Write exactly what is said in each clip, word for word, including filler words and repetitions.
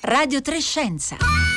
Radio tre Scienza.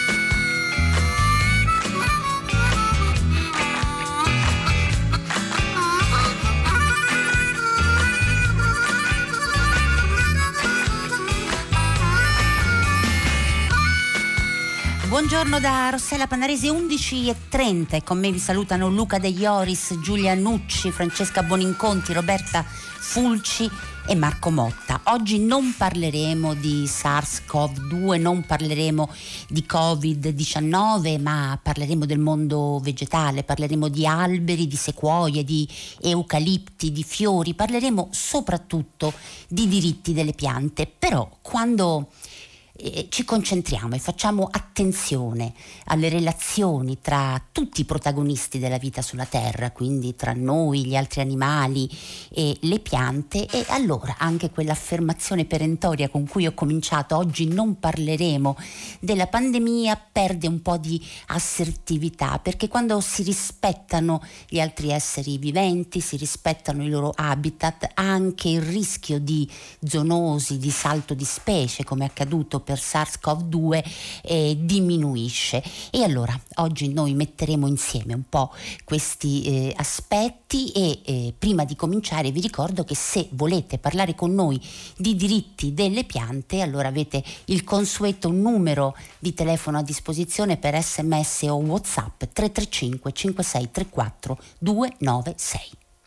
Buongiorno da Rossella Panarese, undici e trenta, e con me vi salutano Luca De Ioris, Giulia Nucci, Francesca Boninconti, Roberta Fulci e Marco Motta. Oggi non parleremo di SARS-CoV due, non parleremo di covid diciannove, ma parleremo del mondo vegetale, parleremo di alberi, di sequoie, di eucalipti, di fiori, parleremo soprattutto di diritti delle piante. Però quando Eh, ci concentriamo e facciamo attenzione alle relazioni tra tutti i protagonisti della vita sulla Terra, quindi tra noi, gli altri animali e le piante, e allora anche quell'affermazione perentoria con cui ho cominciato, oggi non parleremo della pandemia, perde un po' di assertività, perché quando si rispettano gli altri esseri viventi, si rispettano i loro habitat, anche il rischio di zoonosi, di salto di specie, come è accaduto per SARS-CoV due, eh, diminuisce. E allora oggi noi metteremo insieme un po' questi eh, aspetti e eh, prima di cominciare vi ricordo che se volete parlare con noi di diritti delle piante, allora avete il consueto numero di telefono a disposizione per sms o WhatsApp tre tre cinque cinque sei tre quattro due nove sei.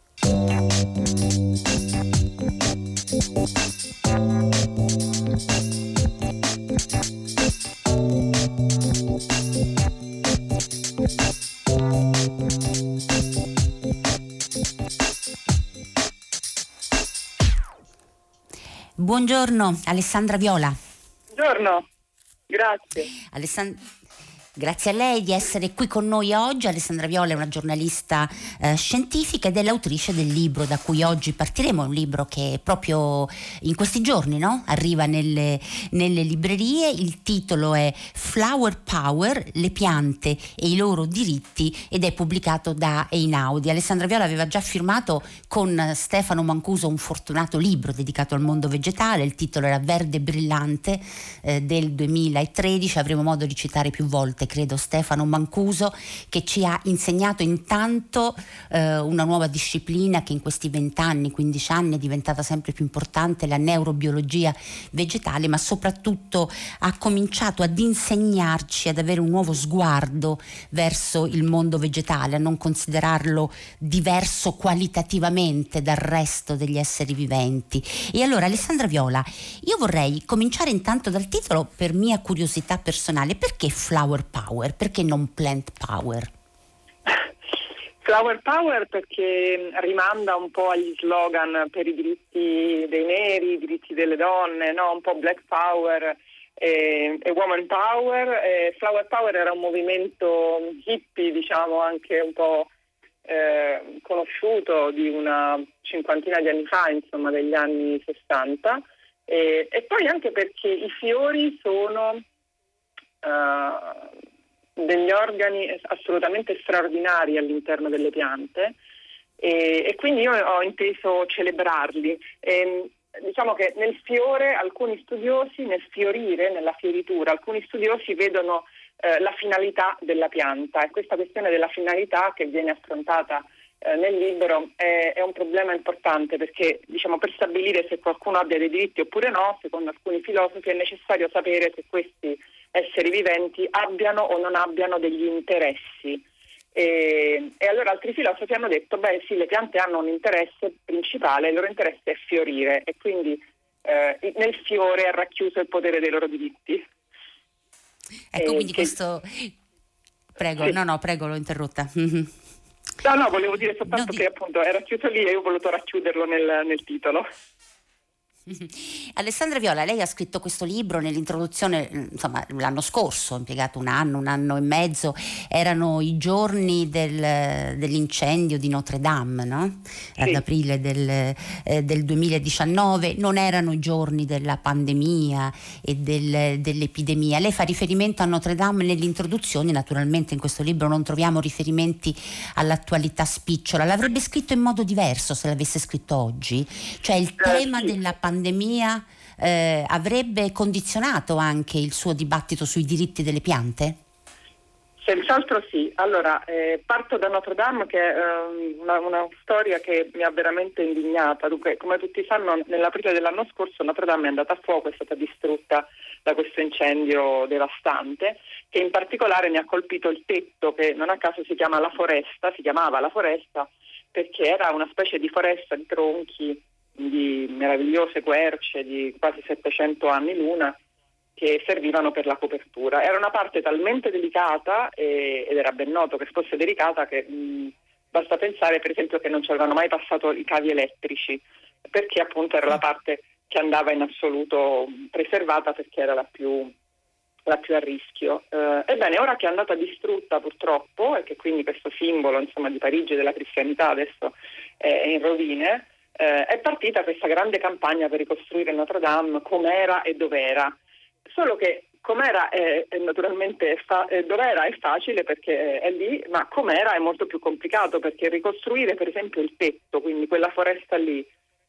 Buongiorno Alessandra Viola. Buongiorno, grazie. Alessand- Grazie a lei di essere qui con noi oggi. Alessandra Viola è una giornalista eh, scientifica ed è l'autrice del libro da cui oggi partiremo, un libro che proprio in questi giorni, no? arriva nelle, nelle librerie. Il titolo è Flower Power, le piante e i loro diritti, ed è pubblicato da Einaudi. Alessandra Viola aveva già firmato con Stefano Mancuso un fortunato libro dedicato al mondo vegetale, il titolo era Verde Brillante, eh, del duemilatredici. Avremo modo di citare più volte, credo, Stefano Mancuso, che ci ha insegnato intanto eh, una nuova disciplina che in questi vent'anni, quindici anni è diventata sempre più importante, la neurobiologia vegetale, ma soprattutto ha cominciato ad insegnarci ad avere un nuovo sguardo verso il mondo vegetale, a non considerarlo diverso qualitativamente dal resto degli esseri viventi. E allora Alessandra Viola, io vorrei cominciare intanto dal titolo, per mia curiosità personale: perché Flower Power? Perché non Plant Power? Flower Power perché rimanda un po' agli slogan per i diritti dei neri, i diritti delle donne, no? Un po' Black Power e, e Woman Power. E Flower Power era un movimento hippie, diciamo, anche un po' eh, conosciuto di una cinquantina di anni fa, insomma, degli anni sessanta. E, e poi anche perché i fiori sono Uh, degli organi assolutamente straordinari all'interno delle piante, e, e quindi io ho inteso celebrarli. E, diciamo che nel fiore alcuni studiosi, nel fiorire, nella fioritura, alcuni studiosi vedono eh, la finalità della pianta, e questa questione della finalità che viene affrontata eh, nel libro è, è un problema importante, perché, diciamo, per stabilire se qualcuno abbia dei diritti oppure no, secondo alcuni filosofi è necessario sapere se questi esseri viventi abbiano o non abbiano degli interessi. E, e allora altri filosofi hanno detto, beh sì, le piante hanno un interesse principale, il loro interesse è fiorire, e quindi eh, nel fiore è racchiuso il potere dei loro diritti. Ecco, e quindi che... questo... Prego, sì. no, no, prego, l'ho interrotta. No, no, volevo dire soltanto no, che appunto è racchiuso lì e io ho voluto racchiuderlo nel, nel titolo. Alessandra Viola, lei ha scritto questo libro nell'introduzione, insomma, l'anno scorso, ha impiegato un anno, un anno e mezzo, erano i giorni del, dell'incendio di Notre Dame, no? Sì. Ad aprile del, eh, del duemiladiciannove, non erano i giorni della pandemia e del, dell'epidemia. Lei fa riferimento a Notre Dame nell'introduzione, naturalmente in questo libro non troviamo riferimenti all'attualità spicciola. L'avrebbe scritto in modo diverso se l'avesse scritto oggi? Cioè il tema della pandemia tema eh, avrebbe condizionato anche il suo dibattito sui diritti delle piante? Senz'altro sì. Allora, eh, parto da Notre Dame, che è eh, una, una storia che mi ha veramente indignata. Dunque, come tutti sanno, nell'aprile dell'anno scorso Notre Dame è andata a fuoco, è stata distrutta da questo incendio devastante, che in particolare ne ha colpito il tetto, che non a caso si chiama La Foresta, si chiamava La Foresta, perché era una specie di foresta di tronchi, di meravigliose querce di quasi settecento anni l'una, che servivano per la copertura. Era una parte talmente delicata, eh, ed era ben noto che fosse delicata, che mh, basta pensare per esempio che non ci avevano mai passato i cavi elettrici, perché appunto era la parte che andava in assoluto preservata, perché era la più, la più a rischio. Eh, ebbene, ora che è andata distrutta purtroppo, e che quindi questo simbolo, insomma, di Parigi e della cristianità adesso è in rovine, eh, è partita questa grande campagna per ricostruire Notre Dame com'era e dov'era. Solo che com'era è, è naturalmente fa, è, dov'era è facile perché è lì, ma com'era è molto più complicato, perché ricostruire per esempio il tetto, quindi quella foresta lì,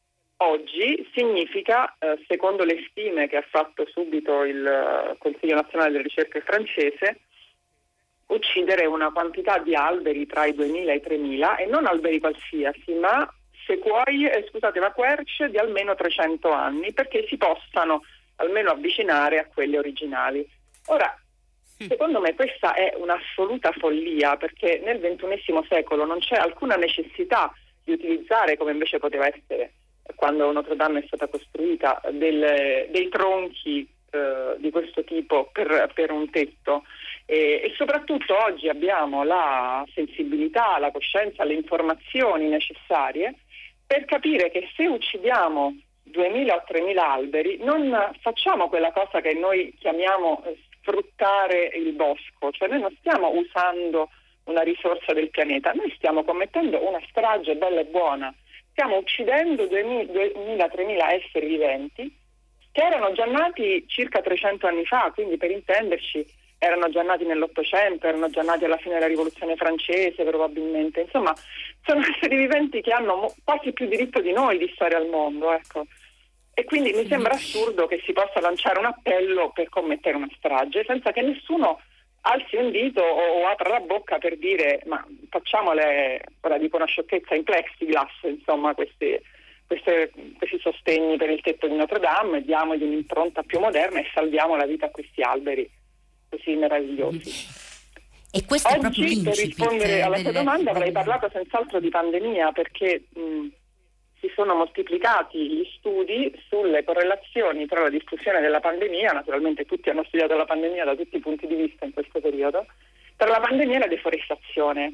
oggi significa, eh, secondo le stime che ha fatto subito il Consiglio Nazionale delle Ricerche francese, uccidere una quantità di alberi tra i duemila e i tremila, e non alberi qualsiasi, ma sequoie, eh, scusate, ma querce di almeno trecento anni, perché si possano almeno avvicinare a quelle originali. Ora, secondo me questa è un'assoluta follia, perché nel ventunesimo secolo non c'è alcuna necessità di utilizzare, come invece poteva essere quando Notre Dame è stata costruita, del, dei tronchi eh, di questo tipo per, per un tetto. E, e soprattutto oggi abbiamo la sensibilità, la coscienza, le informazioni necessarie per capire che se uccidiamo duemila o tremila alberi non facciamo quella cosa che noi chiamiamo sfruttare il bosco, cioè noi non stiamo usando una risorsa del pianeta, noi stiamo commettendo una strage bella e buona, stiamo uccidendo duemila tremila esseri viventi che erano già nati circa trecento anni fa, quindi per intenderci erano già nati nell'Ottocento, erano già nati alla fine della Rivoluzione francese probabilmente, insomma sono esseri viventi che hanno quasi più diritto di noi di stare al mondo, ecco. E quindi mi sembra assurdo che si possa lanciare un appello per commettere una strage senza che nessuno alzi un dito o, o apra la bocca per dire ma facciamole, ora dico una sciocchezza, in plexiglass, insomma, questi, queste, questi sostegni per il tetto di Notre Dame, diamogli un'impronta più moderna e salviamo la vita a questi alberi così meravigliosi. E questo Oggi, è proprio l'incipit, per rispondere alla tua delle... domanda, avrei parlato senz'altro di pandemia, perché mh, si sono moltiplicati gli studi sulle correlazioni tra la diffusione della pandemia, naturalmente tutti hanno studiato la pandemia da tutti i punti di vista in questo periodo, tra la pandemia e la deforestazione.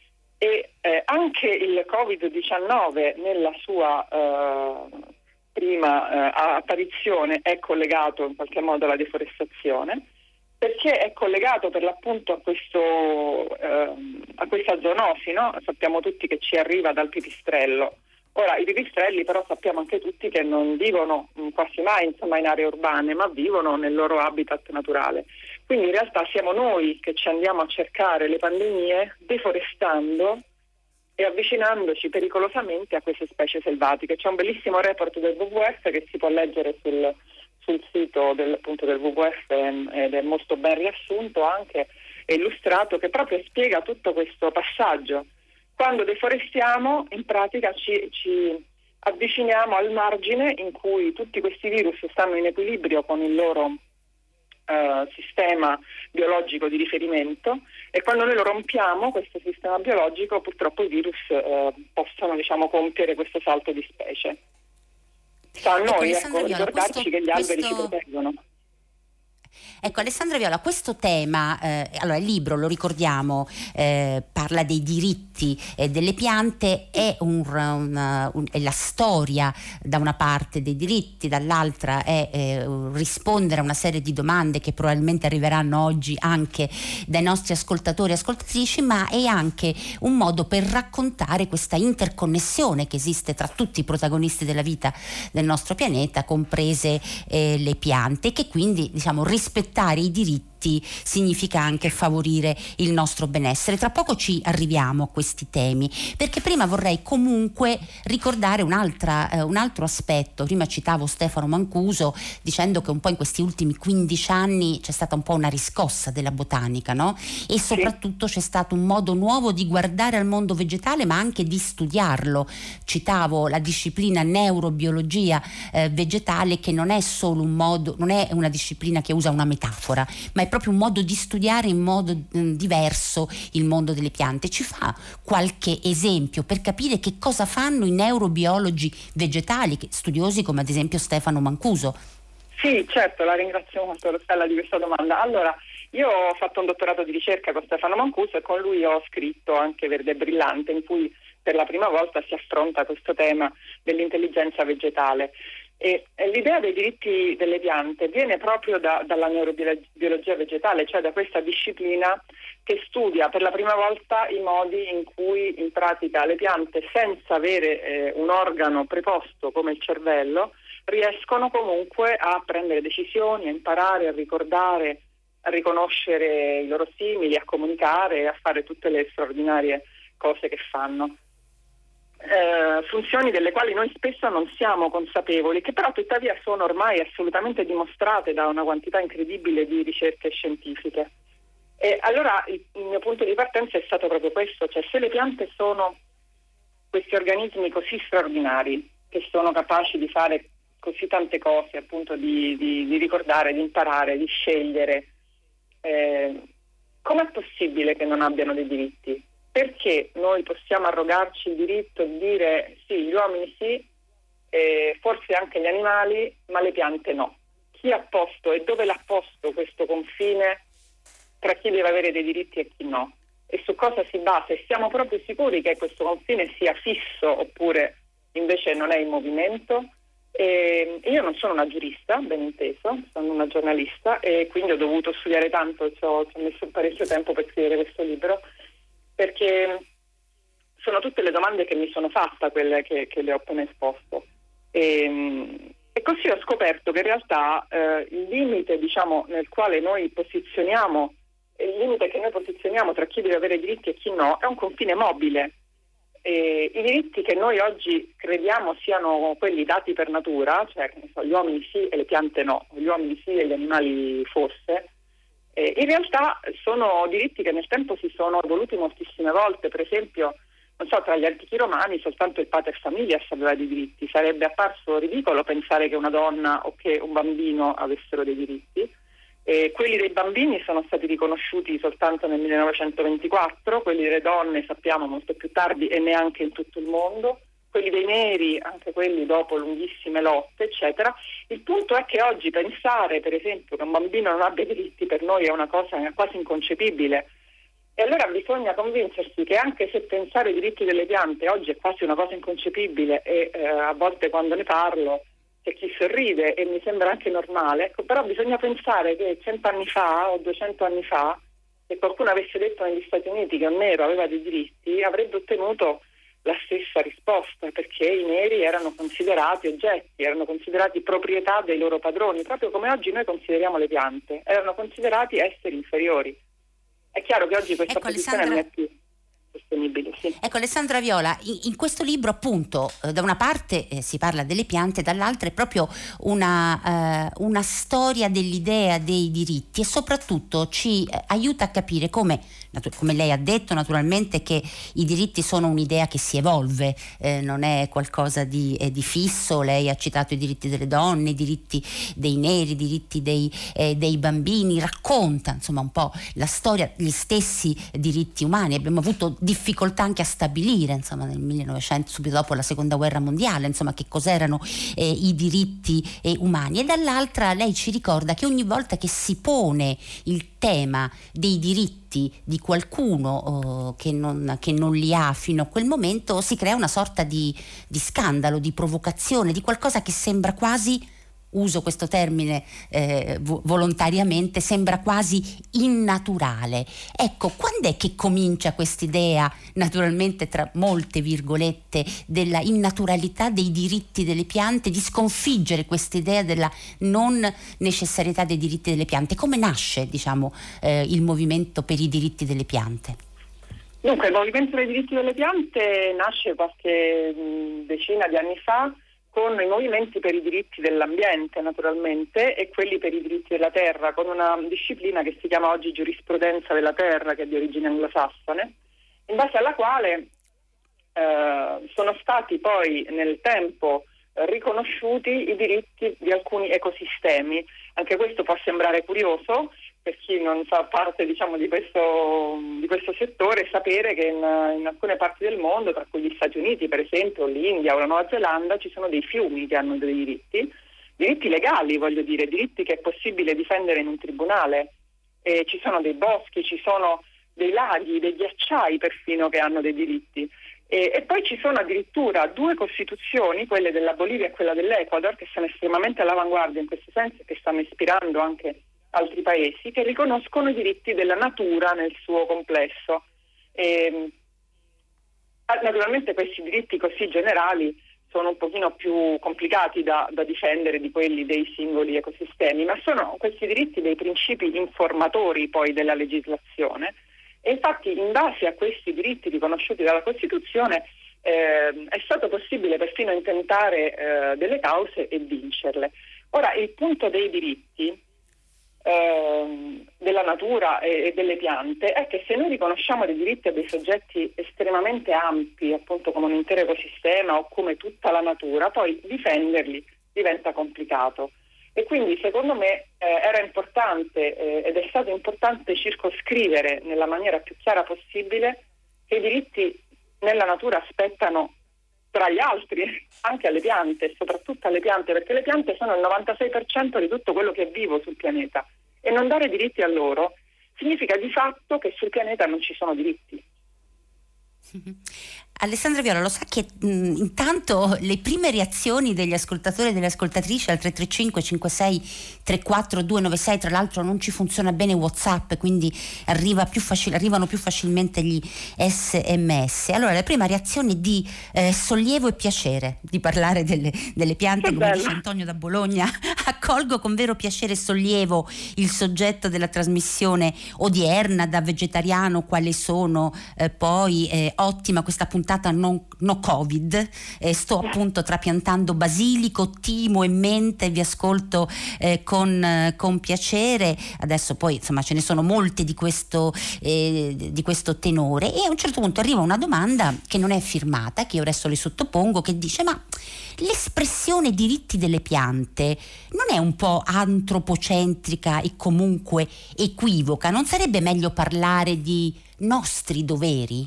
E eh, anche il covid diciannove nella sua eh, prima eh, apparizione è collegato in qualche modo alla deforestazione, perché è collegato per l'appunto a questo eh, a questa zoonosi, no? Sappiamo tutti che ci arriva dal pipistrello. Ora, i pipistrelli però sappiamo anche tutti che non vivono mh, quasi mai insomma in aree urbane, ma vivono nel loro habitat naturale. Quindi in realtà siamo noi che ci andiamo a cercare le pandemie deforestando e avvicinandoci pericolosamente a queste specie selvatiche. C'è un bellissimo report del W W F che si può leggere sul, sul sito del, appunto, del W W F ed è molto ben riassunto anche e illustrato, che proprio spiega tutto questo passaggio. Quando deforestiamo, in pratica ci, ci avviciniamo al margine in cui tutti questi virus stanno in equilibrio con il loro eh, sistema biologico di riferimento, e quando noi lo rompiamo, questo sistema biologico, purtroppo i virus eh, possono, diciamo, compiere questo salto di specie. Sta a noi, ecco, ricordarci questo, che gli alberi questo... ci proteggono. Ecco, Alessandra Viola, questo tema, eh, allora il libro, lo ricordiamo, eh, parla dei diritti eh, delle piante, è, un, un, un, è la storia da una parte dei diritti, dall'altra è eh, rispondere a una serie di domande che probabilmente arriveranno oggi anche dai nostri ascoltatori e ascoltatrici, ma è anche un modo per raccontare questa interconnessione che esiste tra tutti i protagonisti della vita del nostro pianeta, comprese eh, le piante, che quindi, diciamo, rispettare i diritti diritti significa anche favorire il nostro benessere. Tra poco ci arriviamo a questi temi, perché prima vorrei comunque ricordare un'altra, eh, un altro aspetto. Prima citavo Stefano Mancuso dicendo che un po' in questi ultimi quindici anni c'è stata un po' una riscossa della botanica, no? E soprattutto c'è stato un modo nuovo di guardare al mondo vegetale, ma anche di studiarlo. Citavo la disciplina neurobiologia eh, vegetale, che non è solo un modo, non è una disciplina che usa una metafora, ma è proprio un modo di studiare in modo mh, diverso il mondo delle piante. Ci fa qualche esempio per capire che cosa fanno i neurobiologi vegetali, studiosi come ad esempio Stefano Mancuso? Sì, certo, la ringrazio molto, Rossella, di questa domanda. Allora, io ho fatto un dottorato di ricerca con Stefano Mancuso e con lui ho scritto anche Verde Brillante, in cui per la prima volta si affronta questo tema dell'intelligenza vegetale. E, e l'idea dei diritti delle piante viene proprio da, dalla neurobiologia vegetale, cioè da questa disciplina che studia per la prima volta i modi in cui in pratica le piante, senza avere eh, un organo preposto come il cervello, riescono comunque a prendere decisioni, a imparare, a ricordare, a riconoscere i loro simili, a comunicare, a fare tutte le straordinarie cose che fanno. Eh, funzioni delle quali noi spesso non siamo consapevoli, che però tuttavia sono ormai assolutamente dimostrate da una quantità incredibile di ricerche scientifiche. E allora il, il mio punto di partenza è stato proprio questo, cioè se le piante sono questi organismi così straordinari, che sono capaci di fare così tante cose, appunto di, di, di ricordare, di imparare, di scegliere, eh, com'è possibile che non abbiano dei diritti? Perché noi possiamo arrogarci il diritto di dire sì, gli uomini sì, eh, forse anche gli animali, ma le piante no? Chi ha posto e dove l'ha posto questo confine tra chi deve avere dei diritti e chi no? E su cosa si basa? E siamo proprio sicuri che questo confine sia fisso oppure invece non è in movimento? E io non sono una giurista, ben inteso, sono una giornalista e quindi ho dovuto studiare tanto, ci ho, ci ho messo parecchio tempo per scrivere questo libro, perché sono tutte le domande che mi sono fatta quelle che, che le ho appena esposto. E, e così ho scoperto che in realtà eh, il limite, diciamo, nel quale noi posizioniamo, il limite che noi posizioniamo tra chi deve avere diritti e chi no, è un confine mobile. E i diritti che noi oggi crediamo siano quelli dati per natura, cioè che ne so, gli uomini sì e le piante no, gli uomini sì e gli animali forse, eh, in realtà sono diritti che nel tempo si sono evoluti moltissime volte. Per esempio, non so, tra gli antichi romani soltanto il pater familias aveva dei diritti. Sarebbe apparso ridicolo pensare che una donna o che un bambino avessero dei diritti. E quelli dei bambini sono stati riconosciuti soltanto nel millenovecentoventiquattro, quelli delle donne sappiamo molto più tardi e neanche in tutto il mondo, quelli dei neri, anche quelli dopo lunghissime lotte, eccetera. Il punto è che oggi pensare, per esempio, che un bambino non abbia diritti per noi è una cosa quasi inconcepibile. E allora bisogna convincersi che anche se pensare ai diritti delle piante oggi è quasi una cosa inconcepibile e eh, a volte quando ne parlo c'è chi sorride e mi sembra anche normale, ecco, però bisogna pensare che cent'anni fa o duecento anni fa, se qualcuno avesse detto negli Stati Uniti che un nero aveva dei diritti, avrebbe ottenuto la stessa risposta, perché i neri erano considerati oggetti, erano considerati proprietà dei loro padroni, proprio come oggi noi consideriamo le piante, erano considerati esseri inferiori. È chiaro che oggi questa ecco, posizione Alessandra... non è più sostenibile. Sì. Ecco, Alessandra Viola, in, in questo libro appunto eh, da una parte eh, si parla delle piante, dall'altra è proprio una, eh, una storia dell'idea dei diritti e soprattutto ci eh, aiuta a capire come, natu- come lei ha detto naturalmente, che i diritti sono un'idea che si evolve, eh, non è qualcosa di, eh, di fisso. Lei ha citato i diritti delle donne, i diritti dei neri, i diritti dei, eh, dei bambini, racconta insomma un po' la storia, gli stessi diritti umani. Abbiamo avuto difficoltà anche a stabilire insomma nel millenovecento, subito dopo la seconda guerra mondiale, insomma che cos'erano eh, i diritti eh, umani. E dall'altra lei ci ricorda che ogni volta che si pone il tema dei diritti di qualcuno oh, che, non, che non li ha fino a quel momento, si crea una sorta di, di scandalo, di provocazione, di qualcosa che sembra quasi uso questo termine eh, vo- volontariamente, sembra quasi innaturale. Ecco, quando è che comincia quest'idea, naturalmente tra molte virgolette, della innaturalità dei diritti delle piante, di sconfiggere quest'idea della non necessarietà dei diritti delle piante? Come nasce, diciamo, eh, il movimento per i diritti delle piante? Dunque, il movimento dei diritti delle piante nasce qualche mh, decina di anni fa con i movimenti per i diritti dell'ambiente, naturalmente, e quelli per i diritti della terra, con una disciplina che si chiama oggi giurisprudenza della terra, che è di origine anglosassone, in base alla quale eh, sono stati poi nel tempo eh, riconosciuti i diritti di alcuni ecosistemi. Anche questo può sembrare curioso per chi non fa parte, diciamo, di questo, di questo settore, sapere che in, in alcune parti del mondo, tra cui gli Stati Uniti per esempio, l'India o la Nuova Zelanda, ci sono dei fiumi che hanno dei diritti, diritti legali, voglio dire, diritti che è possibile difendere in un tribunale. E ci sono dei boschi, ci sono dei laghi, dei ghiacciai perfino che hanno dei diritti. E, e poi ci sono addirittura due costituzioni, quelle della Bolivia e quella dell'Ecuador, che sono estremamente all'avanguardia in questo senso e che stanno ispirando anche altri paesi, che riconoscono i diritti della natura nel suo complesso. E, naturalmente questi diritti così generali sono un pochino più complicati da, da difendere di quelli dei singoli ecosistemi, ma sono questi diritti dei principi informatori poi della legislazione, e infatti in base a questi diritti riconosciuti dalla Costituzione eh, è stato possibile perfino intentare eh, delle cause e vincerle. Ora, il punto dei diritti della natura e, e delle piante è che se noi riconosciamo dei diritti a dei soggetti estremamente ampi, appunto come un intero ecosistema o come tutta la natura, poi difenderli diventa complicato. E quindi secondo me eh, era importante eh, ed è stato importante circoscrivere nella maniera più chiara possibile che i diritti nella natura spettano tra gli altri anche alle piante, soprattutto alle piante, perché le piante sono il novantasei per cento di tutto quello che è vivo sul pianeta, e non dare diritti a loro significa di fatto che sul pianeta non ci sono diritti. Alessandra Viola, lo sa che mh, intanto le prime reazioni degli ascoltatori e delle ascoltatrici al tre tre cinque cinque sei tre quattro due nove sei, tra l'altro non ci funziona bene WhatsApp, quindi arriva più facil- arrivano più facilmente gli sms. Allora, la prima reazione è di eh, sollievo e piacere di parlare delle, delle piante, che come bello. dice Antonio da Bologna. Accolgo con vero piacere e sollievo il soggetto della trasmissione odierna, da vegetariano quali sono, eh, poi eh, ottima questa puntata no, no Covid, eh, sto appunto trapiantando basilico, timo e mente, vi ascolto eh, con, eh, con piacere. Adesso poi insomma ce ne sono molte di questo, eh, di questo tenore, e a un certo punto arriva una domanda che non è firmata, che io adesso le sottopongo, che dice: ma l'espressione diritti delle piante non è un po' antropocentrica e comunque equivoca? Non sarebbe meglio parlare di nostri doveri?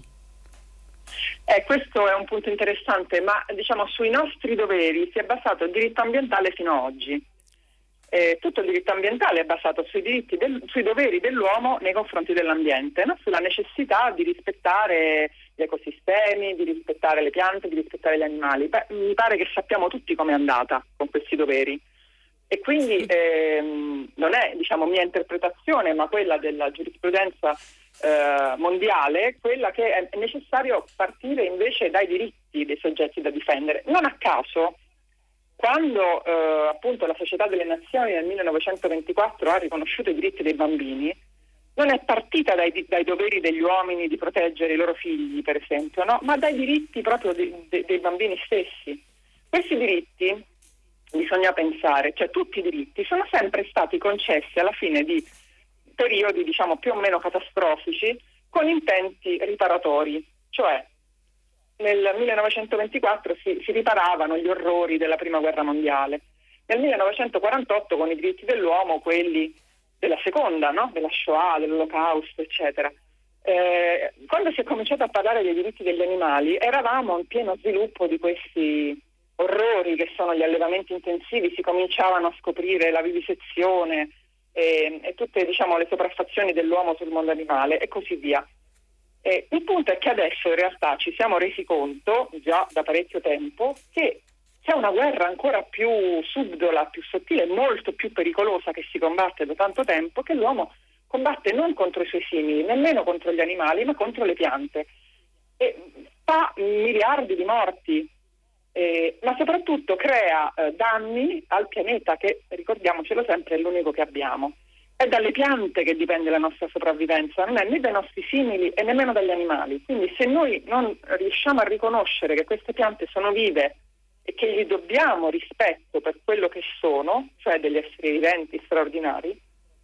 Eh, questo è un punto interessante, ma diciamo sui nostri doveri si è basato il diritto ambientale fino ad oggi. Eh, tutto il diritto ambientale è basato sui diritti del, sui doveri dell'uomo nei confronti dell'ambiente, no? Sulla necessità di rispettare gli ecosistemi, di rispettare le piante, di rispettare gli animali. Beh, mi pare che sappiamo tutti com'è andata con questi doveri, e quindi ehm, non è, diciamo, mia interpretazione, ma quella della giurisprudenza eh, mondiale, quella che è necessario partire invece dai diritti dei soggetti da difendere. Non a caso, quando eh, appunto la Società delle Nazioni nel millenovecentoventiquattro ha riconosciuto i diritti dei bambini, non è partita dai, dai doveri degli uomini di proteggere i loro figli, per esempio, no? Ma dai diritti proprio di, de, dei bambini stessi. Questi diritti, bisogna pensare, cioè tutti i diritti sono sempre stati concessi alla fine di periodi, diciamo, più o meno catastrofici, con intenti riparatori, cioè nel millenovecentoventiquattro si, si riparavano gli orrori della prima guerra mondiale, nel millenovecentoquarantotto con i diritti dell'uomo, quelli della seconda, no? Della Shoah, dell'Olocausto, eccetera. Eh, quando si è cominciato a parlare dei diritti degli animali, eravamo in pieno sviluppo di questi orrori che sono gli allevamenti intensivi, si cominciavano a scoprire la vivisezione e, e tutte, diciamo, le sopraffazioni dell'uomo sul mondo animale e così via. E il punto è che adesso in realtà ci siamo resi conto, già da parecchio tempo, che c'è una guerra ancora più subdola, più sottile, molto più pericolosa che si combatte da tanto tempo, che l'uomo combatte non contro i suoi simili, nemmeno contro gli animali, ma contro le piante. E fa miliardi di morti, eh, ma soprattutto crea eh, danni al pianeta, che, ricordiamocelo sempre, è l'unico che abbiamo. È dalle piante che dipende la nostra sopravvivenza, non è né dai nostri simili e nemmeno dagli animali. Quindi se noi non riusciamo a riconoscere che queste piante sono vive e che gli dobbiamo rispetto per quello che sono, cioè degli esseri viventi straordinari,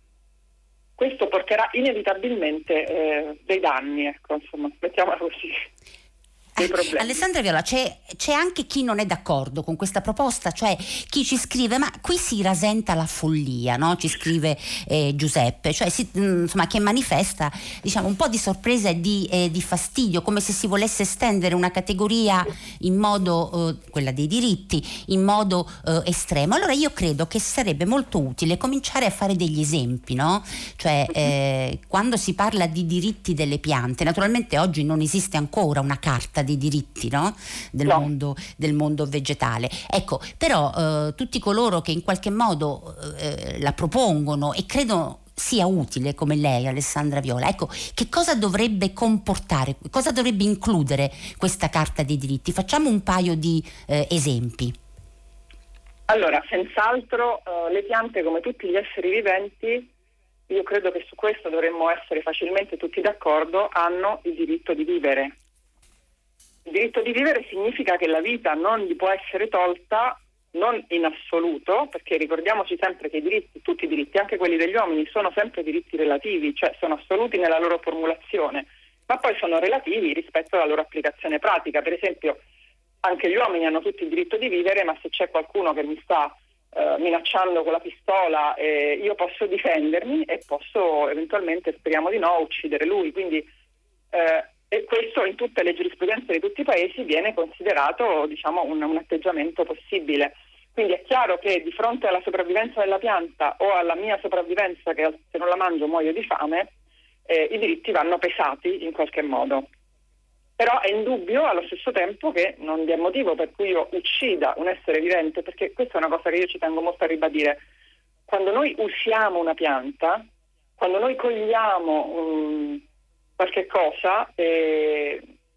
questo porterà inevitabilmente eh, dei danni, ecco, insomma, mettiamola così. dei problemi. Alessandra Viola, c'è, c'è anche chi non è d'accordo con questa proposta, cioè chi ci scrive ma qui si rasenta la follia, no? Ci scrive eh, Giuseppe, cioè si, insomma, che manifesta, diciamo, un po' di sorpresa e di, eh, di fastidio, come se si volesse estendere una categoria in modo, eh, quella dei diritti, in modo eh, estremo. Allora io credo che sarebbe molto utile cominciare a fare degli esempi, no? Cioè eh, quando si parla di diritti delle piante, naturalmente oggi non esiste ancora una carta dei diritti, no? del, no. mondo, del mondo vegetale. Ecco, però eh, tutti coloro che in qualche modo eh, la propongono e credo sia utile, come lei, Alessandra Viola, ecco, che cosa dovrebbe comportare, cosa dovrebbe includere questa carta dei diritti? Facciamo un paio di eh, esempi. Allora, senz'altro uh, le piante, come tutti gli esseri viventi, io credo che su questo dovremmo essere facilmente tutti d'accordo, hanno il diritto di vivere. Il diritto di vivere significa che la vita non gli può essere tolta, non in assoluto, perché ricordiamoci sempre che i diritti, tutti i diritti, anche quelli degli uomini, sono sempre diritti relativi, cioè sono assoluti nella loro formulazione, ma poi sono relativi rispetto alla loro applicazione pratica. Per esempio, anche gli uomini hanno tutti il diritto di vivere, ma se c'è qualcuno che mi sta eh, minacciando con la pistola, eh, io posso difendermi e posso eventualmente, speriamo di no, uccidere lui. Quindi eh, e questo in tutte le giurisprudenze di tutti i paesi viene considerato, diciamo, un, un atteggiamento possibile. Quindi è chiaro che di fronte alla sopravvivenza della pianta o alla mia sopravvivenza, che se non la mangio muoio di fame, eh, i diritti vanno pesati in qualche modo. Però è indubbio allo stesso tempo che non vi è motivo per cui io uccida un essere vivente, perché questa è una cosa che io ci tengo molto a ribadire. Quando noi usiamo una pianta, quando noi cogliamo um, qualche cosa, eh,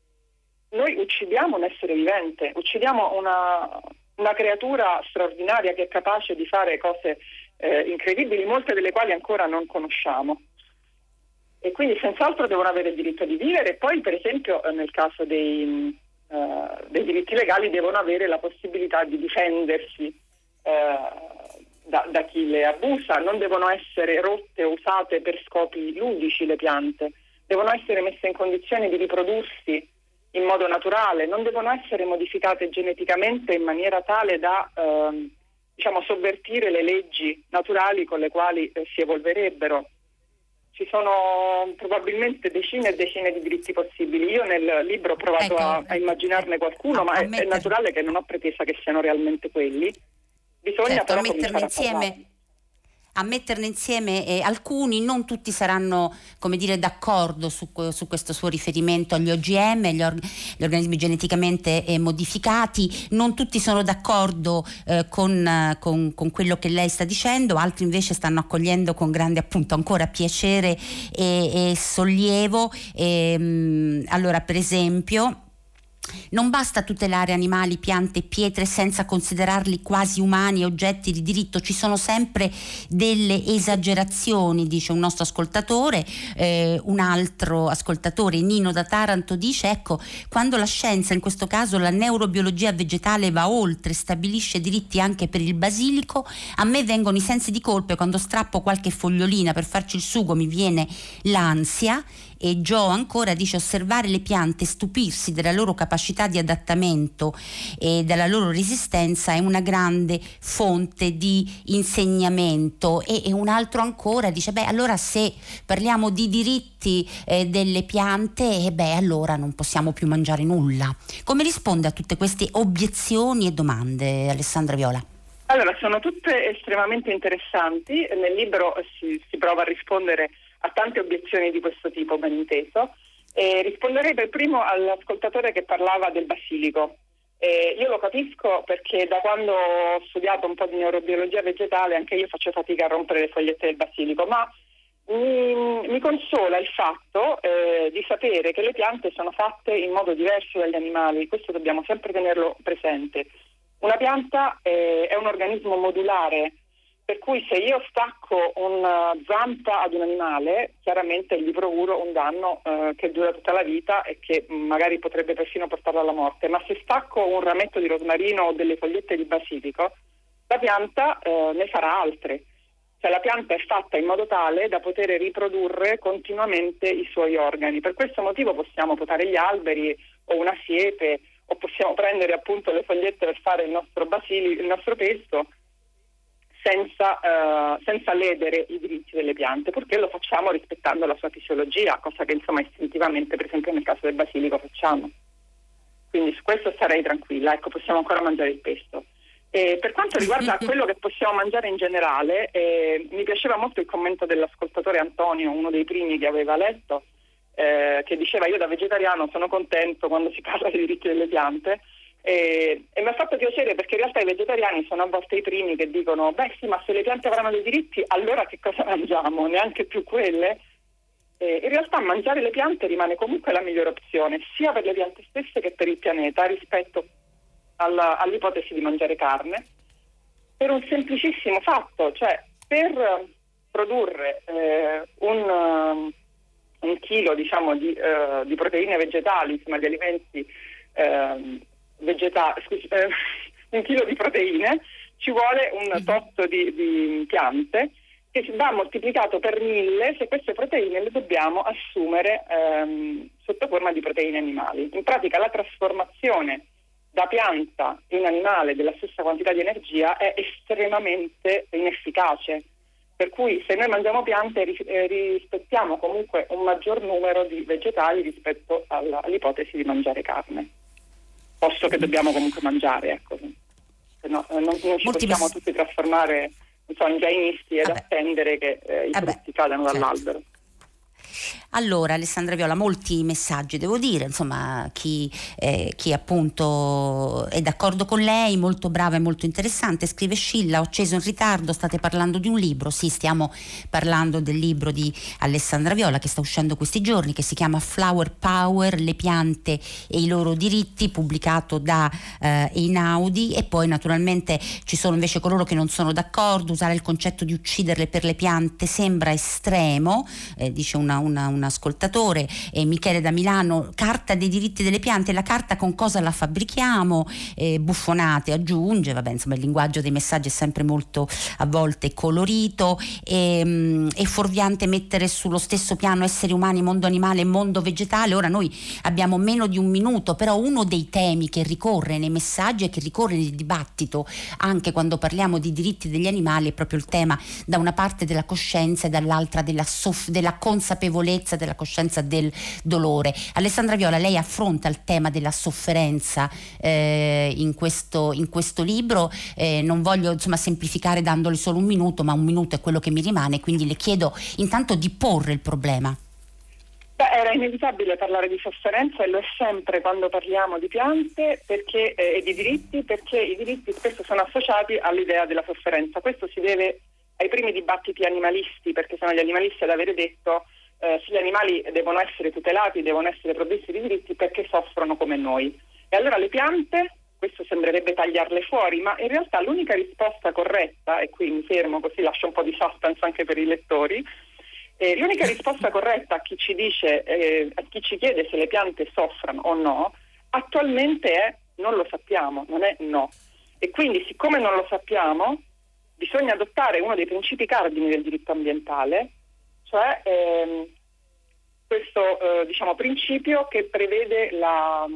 noi uccidiamo un essere vivente, uccidiamo una, una creatura straordinaria che è capace di fare cose eh, incredibili, molte delle quali ancora non conosciamo. E quindi senz'altro devono avere il diritto di vivere. E poi, per esempio, nel caso dei, uh, dei diritti legali, devono avere la possibilità di difendersi uh, da, da chi le abusa. Non devono essere rotte o usate per scopi ludici le piante, devono essere messe in condizioni di riprodursi in modo naturale, non devono essere modificate geneticamente in maniera tale da uh, diciamo, sovvertire le leggi naturali con le quali eh, si evolverebbero. Ci sono probabilmente decine e decine di diritti possibili. Io nel libro ho provato ecco, a, a immaginarne qualcuno, a, ma a è, metter... è naturale che non ho pretesa che siano realmente quelli. Bisogna certo, però a metterne insieme, a metterne insieme eh, alcuni, non tutti saranno, come dire, d'accordo su, su questo suo riferimento agli O G M, gli, or- gli organismi geneticamente eh, modificati, non tutti sono d'accordo eh, con, con, con quello che lei sta dicendo, altri invece stanno accogliendo con grande, appunto, ancora piacere e, e sollievo. E, mh, allora, per esempio, non basta tutelare animali, piante e pietre senza considerarli quasi umani e oggetti di diritto, ci sono sempre delle esagerazioni, dice un nostro ascoltatore. Eh, un altro ascoltatore, Nino da Taranto, dice: ecco, quando la scienza, in questo caso la neurobiologia vegetale, va oltre, stabilisce diritti anche per il basilico, a me vengono i sensi di colpa quando strappo qualche fogliolina per farci il sugo, mi viene l'ansia. E Joe ancora dice: osservare le piante, stupirsi della loro capacità di adattamento e della loro resistenza è una grande fonte di insegnamento. E, e un altro ancora dice: beh, allora se parliamo di diritti eh, delle piante, eh, beh, allora non possiamo più mangiare nulla. Come risponde a tutte queste obiezioni e domande, Alessandra Viola? Allora, sono tutte estremamente interessanti. Nel libro si, si prova a rispondere a tante obiezioni di questo tipo, ben inteso. E risponderei per primo all'ascoltatore che parlava del basilico. Eh, io lo capisco perché da quando ho studiato un po' di neurobiologia vegetale anche io faccio fatica a rompere le fogliette del basilico, ma mi, mi consola il fatto eh, di sapere che le piante sono fatte in modo diverso dagli animali, questo dobbiamo sempre tenerlo presente. Una pianta eh, è un organismo modulare, per cui se io stacco una zampa ad un animale, chiaramente gli procuro un danno eh, che dura tutta la vita e che magari potrebbe persino portarlo alla morte. Ma se stacco un rametto di rosmarino o delle fogliette di basilico, la pianta eh, ne farà altre. Cioè la pianta è fatta in modo tale da poter riprodurre continuamente i suoi organi. Per questo motivo possiamo potare gli alberi o una siepe, o possiamo prendere appunto le fogliette per fare il nostro basilico, il nostro pesto, senza, uh, senza ledere i diritti delle piante, purché lo facciamo rispettando la sua fisiologia, cosa che insomma istintivamente, per esempio nel caso del basilico, facciamo. Quindi su questo starei tranquilla, ecco, possiamo ancora mangiare il pesto. E per quanto riguarda quello che possiamo mangiare in generale, eh, mi piaceva molto il commento dell'ascoltatore Antonio, uno dei primi che aveva letto, eh, che diceva: io da vegetariano sono contento quando si parla dei diritti delle piante. E, e mi ha fatto piacere perché in realtà i vegetariani sono a volte i primi che dicono: beh sì, ma se le piante avranno dei diritti allora che cosa mangiamo? Neanche più quelle? E in realtà mangiare le piante rimane comunque la migliore opzione sia per le piante stesse che per il pianeta rispetto alla, all'ipotesi di mangiare carne, per un semplicissimo fatto, cioè per produrre eh, un, un chilo diciamo di, uh, di proteine vegetali, insomma di alimenti uh, vegetali, scusi, eh, un chilo di proteine, ci vuole un tot di, di piante che va moltiplicato per mille se queste proteine le dobbiamo assumere ehm, sotto forma di proteine animali. In pratica la trasformazione da pianta in animale della stessa quantità di energia è estremamente inefficace, per cui se noi mangiamo piante rispettiamo comunque un maggior numero di vegetali rispetto alla, all'ipotesi di mangiare carne. Posto che dobbiamo comunque mangiare, ecco. Se no, non, non ci Molti possiamo mes- tutti trasformare non so, in jainisti ed Vabbè. attendere che eh, i Vabbè. frutti cadano certo. dall'albero. Allora Alessandra Viola, molti messaggi devo dire, insomma chi, eh, chi appunto è d'accordo con lei, molto brava e molto interessante. Scrive Scilla: ho acceso in ritardo, state parlando di un libro? Sì, stiamo parlando del libro di Alessandra Viola che sta uscendo questi giorni, che si chiama Flower Power, le piante e i loro diritti, pubblicato da eh, Einaudi. E poi naturalmente ci sono invece coloro che non sono d'accordo, usare il concetto di ucciderle per le piante sembra estremo, eh, dice una Una, un ascoltatore. eh, Michele da Milano: carta dei diritti delle piante, la carta con cosa la fabbrichiamo? Eh, buffonate, aggiunge. Vabbè, insomma il linguaggio dei messaggi è sempre molto a volte colorito. E, mh, è fuorviante mettere sullo stesso piano esseri umani, mondo animale e mondo vegetale. Ora noi abbiamo meno di un minuto, però uno dei temi che ricorre nei messaggi e che ricorre nel dibattito anche quando parliamo di diritti degli animali è proprio il tema da una parte della coscienza e dall'altra della, soff- della consapevolezza della coscienza del dolore. Alessandra Viola, lei affronta il tema della sofferenza eh, in, questo, in questo libro. Eh, non voglio insomma semplificare dandole solo un minuto, ma un minuto è quello che mi rimane, quindi le chiedo intanto di porre il problema. Beh, era inevitabile parlare di sofferenza e lo è sempre quando parliamo di piante perché, eh, e di diritti, perché i diritti spesso sono associati all'idea della sofferenza. Questo si deve ai primi dibattiti animalisti, perché sono gli animalisti ad avere detto Eh, gli animali devono essere tutelati, devono essere provvisti di diritti perché soffrono come noi. E allora le piante, questo sembrerebbe tagliarle fuori, ma in realtà l'unica risposta corretta, e qui mi fermo così lascio un po' di suspense anche per i lettori, eh, l'unica risposta corretta a chi ci dice, eh, a chi ci chiede se le piante soffrano o no, attualmente è non lo sappiamo, non è no. E quindi siccome non lo sappiamo, bisogna adottare uno dei principi cardini del diritto ambientale, cioè ehm, questo eh, diciamo principio che prevede la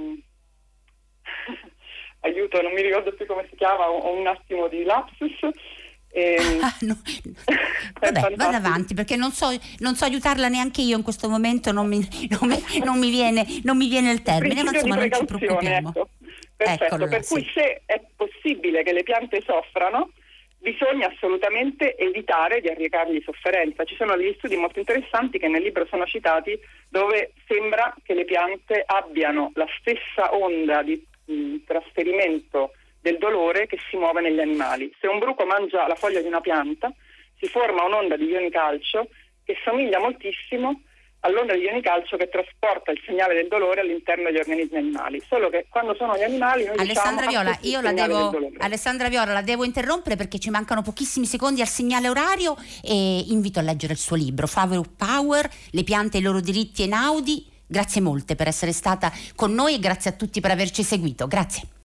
aiuto, non mi ricordo più come si chiama, ho un attimo di lapsus. Ehm... Ah, no. Vabbè, vado avanti perché non so, non so aiutarla neanche io in questo momento, non mi, non mi, non mi, viene, non mi viene il termine, ma insomma non ci preoccupiamo. Ecco. Perfetto, Eccolo, per cui sì. Se è possibile che le piante soffrano, bisogna assolutamente evitare di arrecargli sofferenza. Ci sono degli studi molto interessanti che nel libro sono citati, dove sembra che le piante abbiano la stessa onda di mh, trasferimento del dolore che si muove negli animali. Se un bruco mangia la foglia di una pianta, si forma un'onda di ioni calcio che somiglia moltissimo all'onda di ioni calcio che trasporta il segnale del dolore all'interno degli organismi animali, solo che quando sono gli animali noi Alessandra diciamo Viola, io la devo Alessandra Viola la devo interrompere perché ci mancano pochissimi secondi al segnale orario e invito a leggere il suo libro Flower Power, le piante e i loro diritti einaudi. Grazie molte per essere stata con noi e grazie a tutti per averci seguito. Grazie.